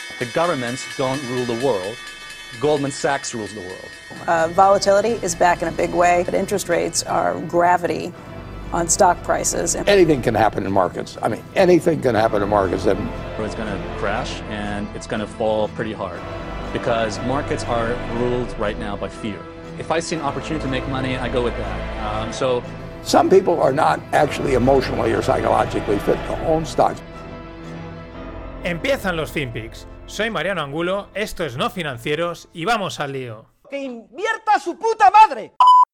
The governments don't rule the world. Goldman Sachs rules the world. Volatility is back in a big way, but interest rates are gravity on stock prices. Anything can happen in markets. I mean, anything can happen in markets. It's going to crash and it's going to fall pretty hard because markets are ruled right now by fear. If I see an opportunity to make money, I go with that. Some people are not actually emotionally or psychologically fit to own stocks. Empiezan los FinPix. Soy Mariano Angulo, esto es No Financieros y vamos al lío. ¡Que invierta su puta madre!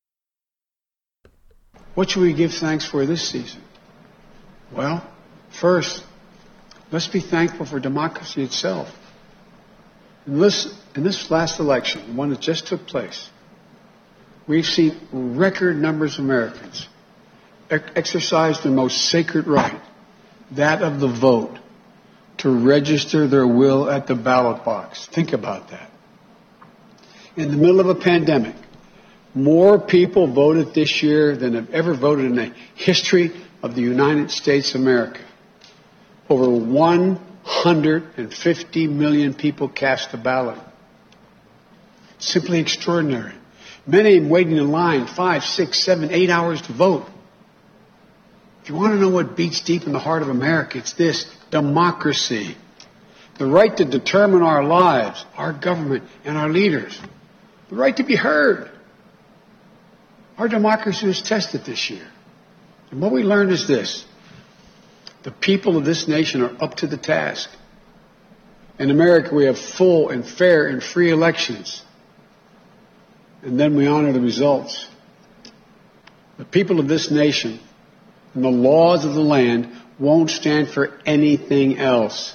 What should we give thanks for this season? Well, first, let's be thankful for democracy itself. In this last election, the one that just took place, we've seen record numbers of Americans exercise their most sacred right, that of the vote, to register their will at the ballot box. Think about that. In the middle of a pandemic, more people voted this year than have ever voted in the history of the United States of America. Over 150 million people cast a ballot. Simply extraordinary. Many of them waiting in line 5, 6, 7, 8 hours to vote. If you want to know what beats deep in the heart of America, it's this: democracy. The right to determine our lives, our government, and our leaders. The right to be heard. Our democracy was tested this year. And what we learned is this: the people of this nation are up to the task. In America, we have full and fair and free elections. And then we honor the results. The people of this nation and the laws of the land won't stand for anything else.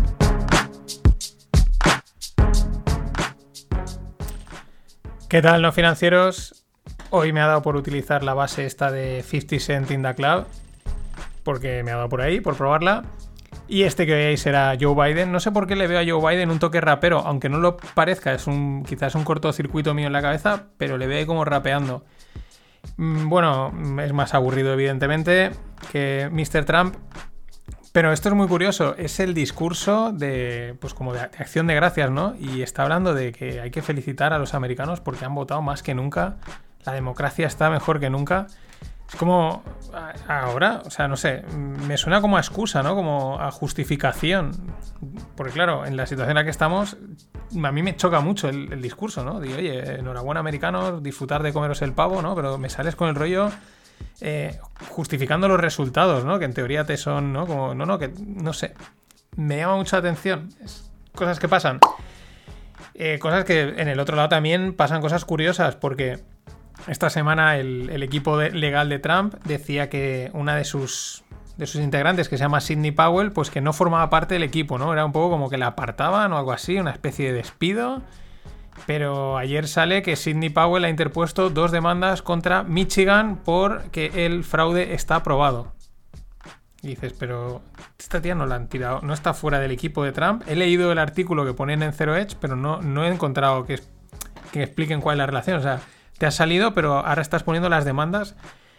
¿Qué tal, no financieros? Hoy me ha dado por utilizar la base esta de 50 Cent in the Club, porque me ha dado por ahí, por probarla. Y este que veáis será Joe Biden. No sé por qué le veo a Joe Biden un toque rapero, aunque no lo parezca, quizás un cortocircuito mío en la cabeza, pero le veo como rapeando. Bueno, es más aburrido evidentemente que Mr. Trump, pero esto es muy curioso. Es el discurso de, pues como de acción de gracias, ¿no? Y está hablando de que hay que felicitar a los americanos porque han votado más que nunca. La democracia está mejor que nunca. Es como ahora, o sea, no sé, me suena como a excusa, ¿no? Como a justificación. Porque claro, en la situación en la que estamos, a mí me choca mucho el discurso, ¿no? Digo, oye, enhorabuena americanos, disfrutar de comeros el pavo, ¿no? Pero me sales con el rollo justificando los resultados, ¿no? Que en teoría te son, ¿no? Como, que no sé. Me llama mucho la atención. Cosas que pasan. Cosas que en el otro lado también pasan cosas curiosas, porque esta semana el equipo legal de Trump decía que una de sus integrantes, que se llama Sidney Powell, pues que no formaba parte del equipo, ¿no? Era un poco como que la apartaban o algo así, una especie de despido. Pero ayer sale que Sidney Powell ha interpuesto 2 demandas contra Michigan porque el fraude está aprobado. Y dices, pero esta tía no la han tirado, no está fuera del equipo de Trump. He leído el artículo que ponen en Zero Hedge, pero no he encontrado que expliquen cuál es la relación. O sea, te has salido, pero ahora estás poniendo las demandas.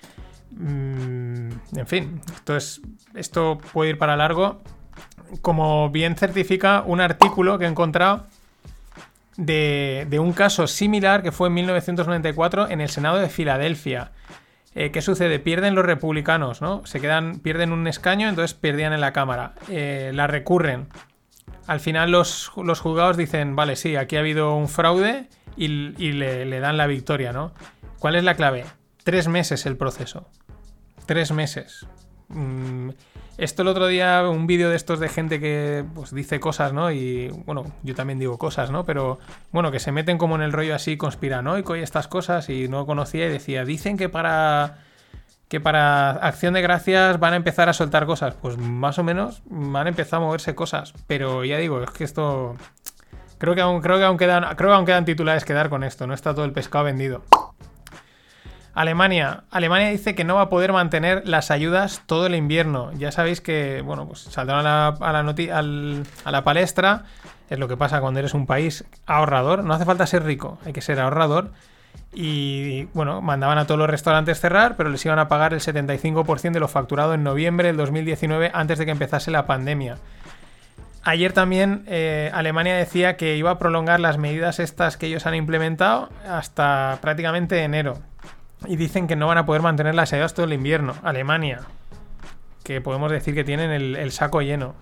En fin, esto puede ir para largo. Como bien certifica un artículo que he encontrado de un caso similar que fue en 1994 en el Senado de Filadelfia. ¿Qué sucede? Pierden los republicanos, ¿no? Pierden un escaño, entonces perdían en la Cámara. La recurren. Al final los juzgados dicen, vale, sí, aquí ha habido un fraude y le dan la victoria, ¿no? ¿Cuál es la clave? 3 meses el proceso. 3 meses. Esto el otro día, un vídeo de estos de gente que pues dice cosas, ¿no? Y bueno, yo también digo cosas, ¿no? Pero bueno, que se meten como en el rollo así conspiranoico y estas cosas, y no conocía y decía, dicen que para Acción de Gracias van a empezar a soltar cosas. Pues más o menos han empezado a moverse cosas, pero ya digo, es que esto creo que aún quedan titulares que dar con esto, no está todo el pescado vendido. Alemania dice que no va a poder mantener las ayudas todo el invierno. Ya sabéis que, bueno, pues saldrán a la palestra. Es lo que pasa cuando eres un país ahorrador. No hace falta ser rico, hay que ser ahorrador. Y, bueno, mandaban a todos los restaurantes cerrar, pero les iban a pagar el 75% de lo facturado en noviembre del 2019, antes de que empezase la pandemia. Ayer también Alemania decía que iba a prolongar las medidas estas que ellos han implementado hasta prácticamente enero. Y dicen que no van a poder mantener las ayudas todo el invierno. Alemania, que podemos decir que tienen el saco lleno.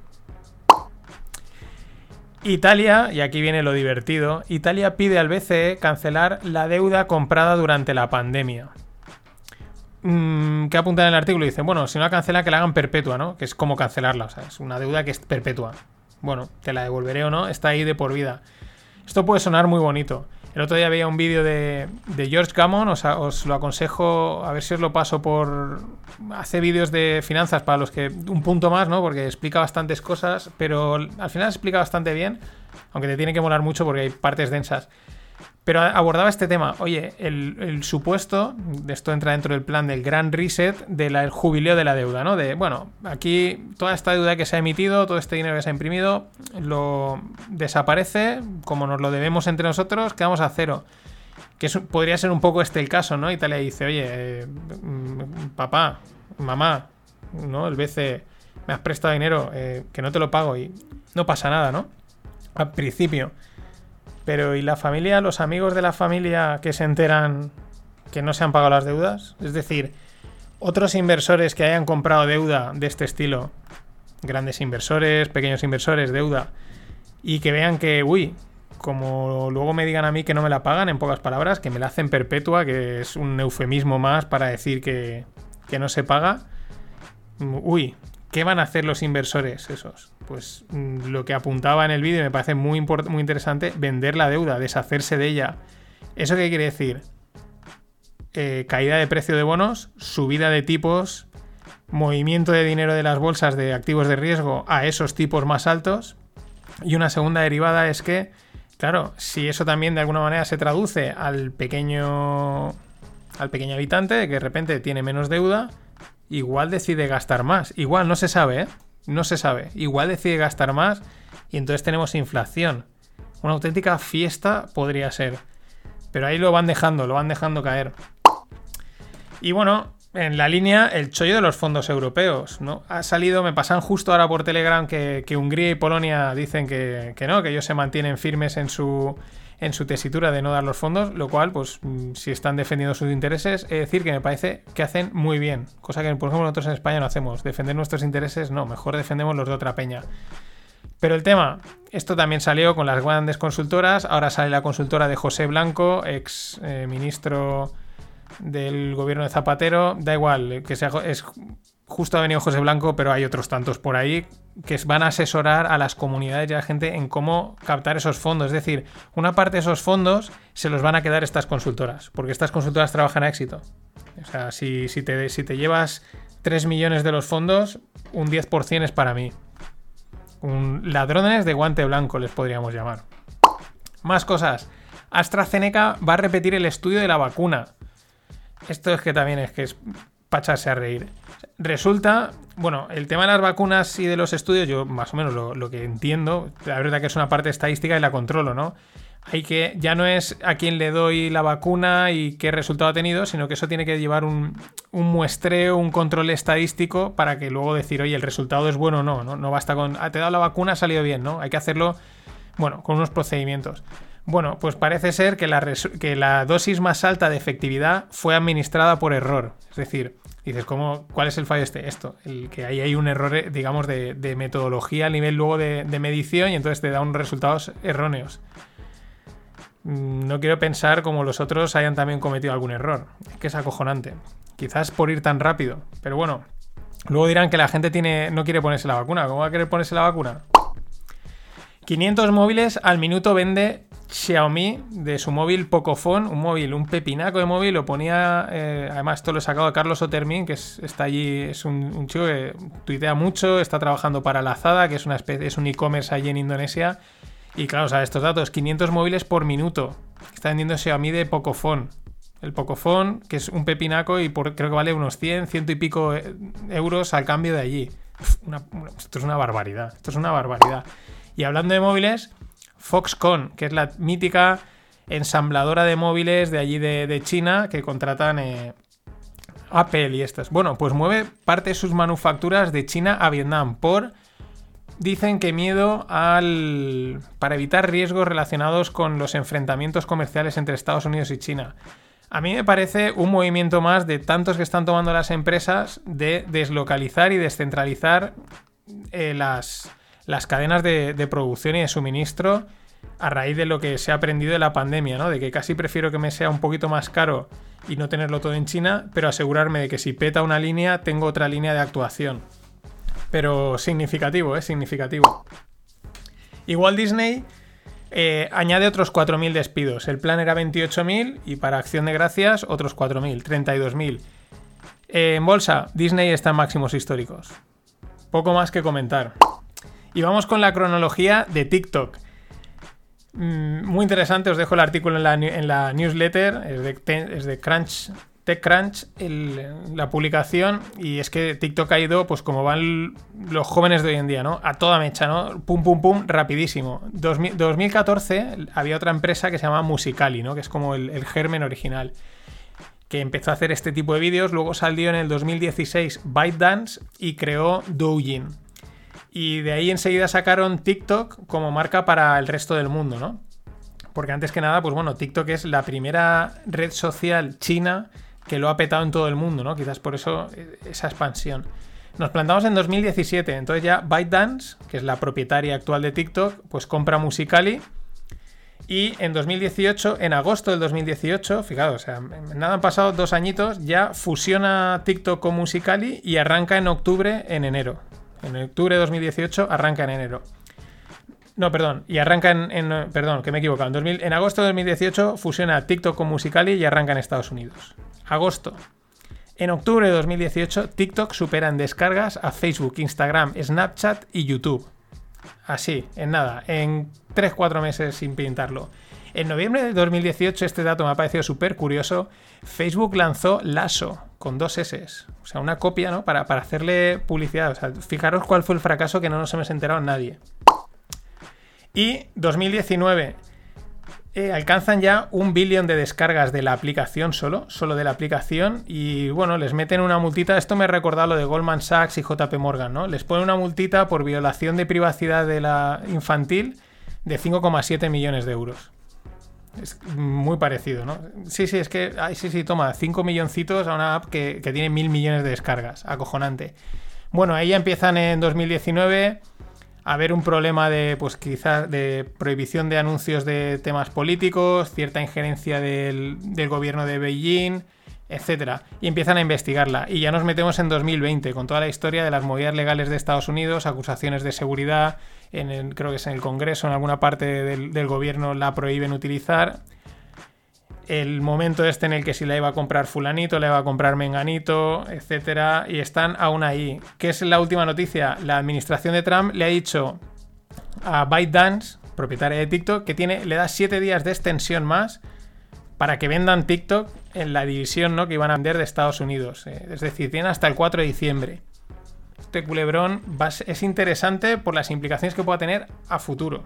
Italia, y aquí viene lo divertido, Italia pide al BCE cancelar la deuda comprada durante la pandemia. ¿Qué apunta en el artículo? Dice, bueno, si no la cancela, que la hagan perpetua, ¿no? Que es como cancelarla, o sea, es una deuda que es perpetua. Bueno, te la devolveré o no, está ahí de por vida. Esto puede sonar muy bonito. El otro día veía un vídeo de George Gammon, os lo aconsejo, a ver si os lo paso por... Hace vídeos de finanzas para los que... Un punto más, ¿no? Porque explica bastantes cosas, pero al final explica bastante bien, aunque te tiene que molar mucho porque hay partes densas. Pero abordaba este tema. Oye, el supuesto, de esto entra dentro del plan del Gran Reset, del jubileo de la deuda, ¿no? De, bueno, aquí toda esta deuda que se ha emitido, todo este dinero que se ha imprimido, lo desaparece, como nos lo debemos entre nosotros, quedamos a cero. Que podría ser un poco este el caso, ¿no? Italia dice, oye, papá, mamá, ¿no? El BCE, me has prestado dinero, que no te lo pago y no pasa nada, ¿no? Al principio. Pero ¿y la familia, los amigos de la familia que se enteran que no se han pagado las deudas? Es decir, otros inversores que hayan comprado deuda de este estilo, grandes inversores, pequeños inversores, deuda, y que vean que, uy, como luego me digan a mí que no me la pagan, en pocas palabras, que me la hacen perpetua, que es un eufemismo más para decir que no se paga, uy, ¿qué van a hacer los inversores esos? Pues lo que apuntaba en el vídeo me parece muy interesante, vender la deuda, deshacerse de ella. ¿Eso qué quiere decir? Caída de precio de bonos, subida de tipos, movimiento de dinero de las bolsas de activos de riesgo a esos tipos más altos. Y una segunda derivada es que, claro, si eso también de alguna manera se traduce al pequeño habitante, de que de repente tiene menos deuda, igual decide gastar más. Igual, no se sabe, ¿eh? No se sabe. Igual decide gastar más y entonces tenemos inflación. Una auténtica fiesta podría ser. Pero ahí lo van dejando caer. Y bueno, en la línea, el chollo de los fondos europeos, ¿no? Ha salido, me pasan justo ahora por Telegram que Hungría y Polonia dicen que no, que ellos se mantienen firmes en su tesitura de no dar los fondos, lo cual, pues, si están defendiendo sus intereses, es decir, que me parece que hacen muy bien, cosa que, por ejemplo, nosotros en España no hacemos. Defender nuestros intereses, no, mejor defendemos los de otra peña. Pero el tema, esto también salió con las grandes consultoras, ahora sale la consultora de José Blanco, ex ministro del gobierno de Zapatero, da igual, que sea, justo ha venido José Blanco, pero hay otros tantos por ahí que van a asesorar a las comunidades y a la gente en cómo captar esos fondos. Es decir, una parte de esos fondos se los van a quedar estas consultoras, porque estas consultoras trabajan a éxito. O sea, si te llevas 3 millones de los fondos, un 10% es para mí. Ladrones de guante blanco les podríamos llamar. Más cosas. AstraZeneca va a repetir el estudio de la vacuna. Esto es que también es para echarse a reír. Resulta, bueno, el tema de las vacunas y de los estudios, yo más o menos lo que entiendo, la verdad que es una parte estadística y la controlo, ¿no? Ya no es a quién le doy la vacuna y qué resultado ha tenido, sino que eso tiene que llevar un muestreo, un control estadístico para que luego decir, oye, el resultado es bueno o no. No basta con, te he dado la vacuna, ha salido bien, ¿no? Hay que hacerlo, bueno, con unos procedimientos. Bueno, pues parece ser que la dosis más alta de efectividad fue administrada por error. Es decir, dices, ¿cuál es el fallo esto? El que ahí hay un error, digamos, de metodología a nivel luego de medición y entonces te da unos resultados erróneos. No quiero pensar como los otros hayan también cometido algún error. Es que es acojonante. Quizás por ir tan rápido. Pero bueno, luego dirán que la gente no quiere ponerse la vacuna. ¿Cómo va a querer ponerse la vacuna? 500 móviles al minuto vende Xiaomi de su móvil Pocophone, un pepinaco de móvil, lo ponía, además esto lo he sacado de Carlos Otermin, que está allí, es un chico que tuitea mucho, está trabajando para Lazada, que es un e-commerce allí en Indonesia, y claro, o sea, estos datos, 500 móviles por minuto, está vendiendo Xiaomi de Pocophone. El Pocophone, que es un pepinaco y creo que vale unos 100 y pico euros al cambio de allí. Esto es una barbaridad, Y hablando de móviles, Foxconn, que es la mítica ensambladora de móviles de allí de China que contratan Apple y estas. Bueno, pues mueve parte de sus manufacturas de China a Vietnam por dicen que miedo para evitar riesgos relacionados con los enfrentamientos comerciales entre Estados Unidos y China. A mí me parece un movimiento más de tantos que están tomando las empresas de deslocalizar y descentralizar las cadenas de producción y de suministro a raíz de lo que se ha aprendido de la pandemia, ¿no? De que casi prefiero que me sea un poquito más caro y no tenerlo todo en China, pero asegurarme de que si peta una línea, tengo otra línea de actuación. Pero significativo, significativo. Igual Disney añade otros 4.000 despidos. El plan era 28.000 y para acción de gracias otros 4.000, 32.000. En bolsa, Disney está en máximos históricos. Poco más que comentar. Y vamos con la cronología de TikTok. Muy interesante, os dejo el artículo en la newsletter, es de TechCrunch, la publicación, y es que TikTok ha ido, pues como van los jóvenes de hoy en día, ¿no? A toda mecha, ¿no? Pum, pum, pum, rapidísimo. 2014 había otra empresa que se llama Musical.ly, ¿no? Que es como el germen original, que empezó a hacer este tipo de vídeos. Luego salió en el 2016 ByteDance y creó Douyin. Y de ahí enseguida sacaron TikTok como marca para el resto del mundo, ¿no? Porque antes que nada, pues bueno, TikTok es la primera red social china que lo ha petado en todo el mundo, ¿no? Quizás por eso esa expansión. Nos plantamos en 2017, entonces ya ByteDance, que es la propietaria actual de TikTok, pues compra Musical.ly. Y en 2018, en agosto del 2018, fijaos, o sea, nada han pasado 2 añitos, ya fusiona TikTok con Musical.ly y arranca en octubre, en enero. En octubre de 2018 arranca en enero. No, perdón, y arranca perdón, que me he equivocado. En agosto de 2018 fusiona TikTok con Musical.ly y arranca en Estados Unidos. Agosto. En octubre de 2018, TikTok supera en descargas a Facebook, Instagram, Snapchat y YouTube. Así, en nada, en 3-4 meses sin pintarlo. En noviembre de 2018, este dato me ha parecido súper curioso, Facebook lanzó Lasso, con 2 S. O sea, una copia, ¿no? Para hacerle publicidad. O sea, fijaros cuál fue el fracaso que no nos hemos enterado nadie. Y 2019, alcanzan ya 1 billón de descargas de la aplicación solo de la aplicación, y bueno, les meten una multita. Esto me ha recordado lo de Goldman Sachs y JP Morgan, ¿no? Les ponen una multita por violación de privacidad de la infantil de 5,7 millones de euros. Es muy parecido, ¿no? Sí, es que... sí, toma, 5 milloncitos a una app que tiene 1.000 millones de descargas. Acojonante. Bueno, ahí ya empiezan en 2019 a haber un problema de, pues quizás, de prohibición de anuncios de temas políticos, cierta injerencia del gobierno de Beijing, etcétera. Y empiezan a investigarla. Y ya nos metemos en 2020 con toda la historia de las movidas legales de Estados Unidos, acusaciones de seguridad... creo que es en el Congreso, en alguna parte del gobierno la prohíben utilizar. El momento en el que si la iba a comprar fulanito, la iba a comprar menganito, etcétera, y están aún ahí. ¿Qué es la última noticia? La administración de Trump le ha dicho a ByteDance, propietaria de TikTok, que le da 7 días de extensión más para que vendan TikTok en la división, ¿no?, que iban a vender de Estados Unidos. Es decir, tienen hasta el 4 de diciembre. Este culebrón es interesante por las implicaciones que pueda tener a futuro.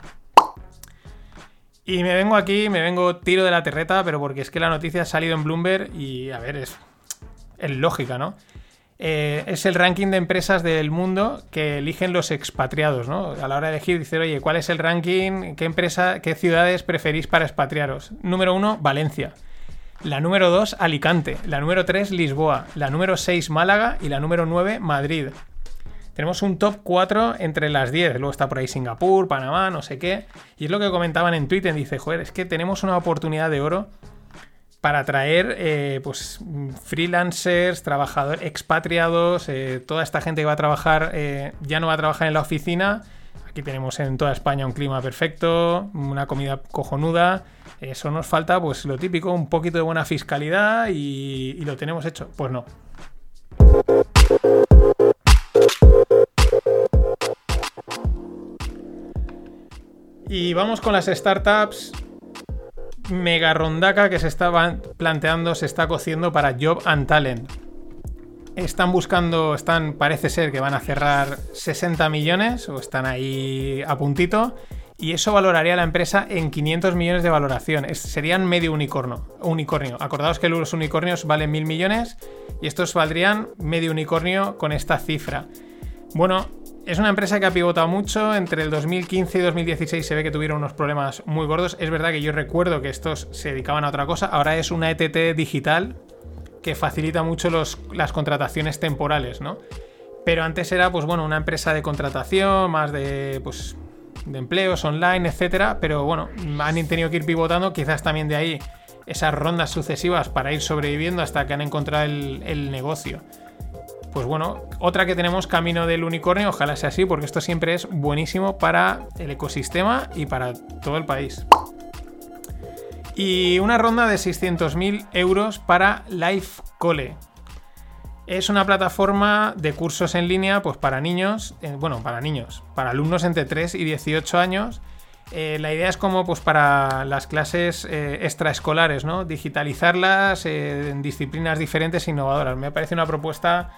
Y me vengo tiro de la terreta, pero porque es que la noticia ha salido en Bloomberg y, a ver, es lógica, ¿no? Es el ranking de empresas del mundo que eligen los expatriados, ¿no? A la hora de elegir, dicen, oye, ¿cuál es el ranking? ¿Qué ciudades preferís para expatriaros? Número 1, Valencia. La número 2, Alicante. La número 3, Lisboa. La número 6, Málaga. Y la número 9, Madrid. Tenemos un top 4 entre las 10. Luego está por ahí Singapur, Panamá, no sé qué. Y es lo que comentaban en Twitter. Dice, joder, es que tenemos una oportunidad de oro para atraer pues freelancers, trabajadores, expatriados, toda esta gente que va a trabajar, ya no va a trabajar en la oficina. Aquí tenemos en toda España un clima perfecto, una comida cojonuda. Eso nos falta, pues lo típico, un poquito de buena fiscalidad y lo tenemos hecho. Pues no. Y vamos con las startups. Mega rondaca que se está planteando, se está cociendo para Job and Talent. Parece ser que van a cerrar 60 millones o están ahí a puntito, y eso valoraría la empresa en 500 millones de valoración. Serían medio unicornio. Acordaos que los unicornios valen 1.000 millones y estos valdrían medio unicornio con esta cifra. Bueno, Es una empresa que ha pivotado mucho. Entre el 2015 y 2016 se ve que tuvieron unos problemas muy gordos. Es verdad que yo recuerdo que estos se dedicaban a otra cosa. Ahora es una ETT digital que facilita mucho las contrataciones temporales, ¿no? Pero antes era, pues bueno, una empresa de contratación, más de, pues, de empleos online, etcétera. Pero bueno, han tenido que ir pivotando, quizás también de ahí esas rondas sucesivas para ir sobreviviendo hasta que han encontrado el negocio. Pues bueno, otra que tenemos camino del unicornio, ojalá sea así, porque esto siempre es buenísimo para el ecosistema y para todo el país. Y una ronda de 600.000 euros para Lifecole. Es una plataforma de cursos en línea, pues para niños, para alumnos entre 3 y 18 años. La idea es como pues para las clases extraescolares, ¿no? Digitalizarlas en disciplinas diferentes e innovadoras. Me parece una propuesta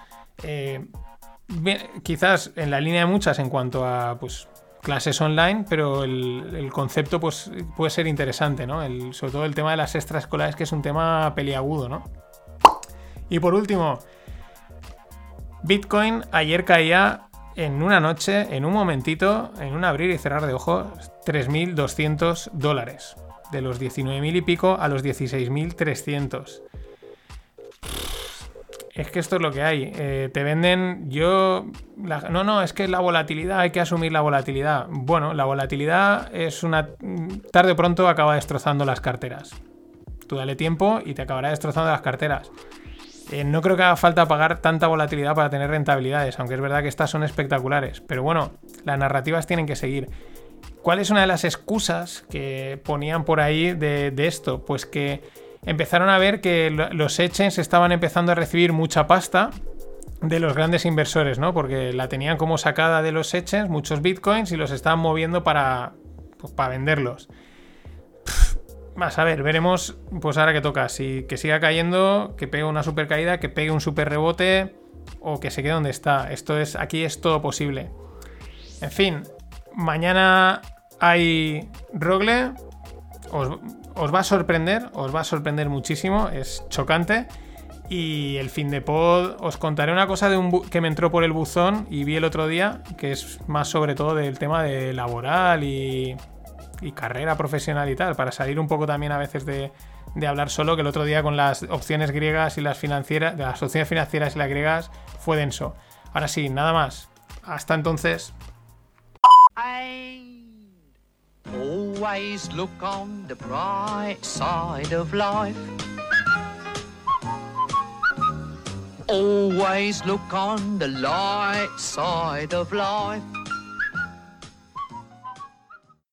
quizás en la línea de muchas en cuanto a pues clases online, pero el concepto pues puede ser interesante, ¿no? Sobre todo el tema de las extraescolares, que es un tema peliagudo, ¿no? Y por último, Bitcoin ayer caía en una noche, en un momentito, en un abrir y cerrar de ojos, $3.200. De los 19.000 y pico a los 16.300. Es que esto es lo que hay. Te venden... es que la volatilidad, hay que asumir la volatilidad. Bueno, la volatilidad es tarde o pronto acaba destrozando las carteras. Tú dale tiempo y te acabará destrozando las carteras. No creo que haga falta pagar tanta volatilidad para tener rentabilidades, aunque es verdad que estas son espectaculares. Pero bueno, las narrativas tienen que seguir. ¿Cuál es una de las excusas que ponían por ahí de esto? Pues que empezaron a ver que los exchanges estaban empezando a recibir mucha pasta de los grandes inversores, ¿no? Porque la tenían como sacada de los exchanges, muchos bitcoins, y los estaban moviendo para venderlos. Vas a ver, veremos pues ahora que toca. Si que siga cayendo, que pegue una super caída, que pegue un super rebote o que se quede donde está. Aquí es todo posible. En fin, mañana hay Rogle. Os va a sorprender muchísimo, es chocante. Y el fin de pod os contaré una cosa que me entró por el buzón y vi el otro día, que es más sobre todo del tema de laboral y carrera profesional y tal, para salir un poco también a veces de hablar solo, que el otro día con las opciones griegas y las opciones financieras y las griegas fue denso. Ahora sí, nada más. Hasta entonces. Always look on the bright side of life. Always look on the light side of life.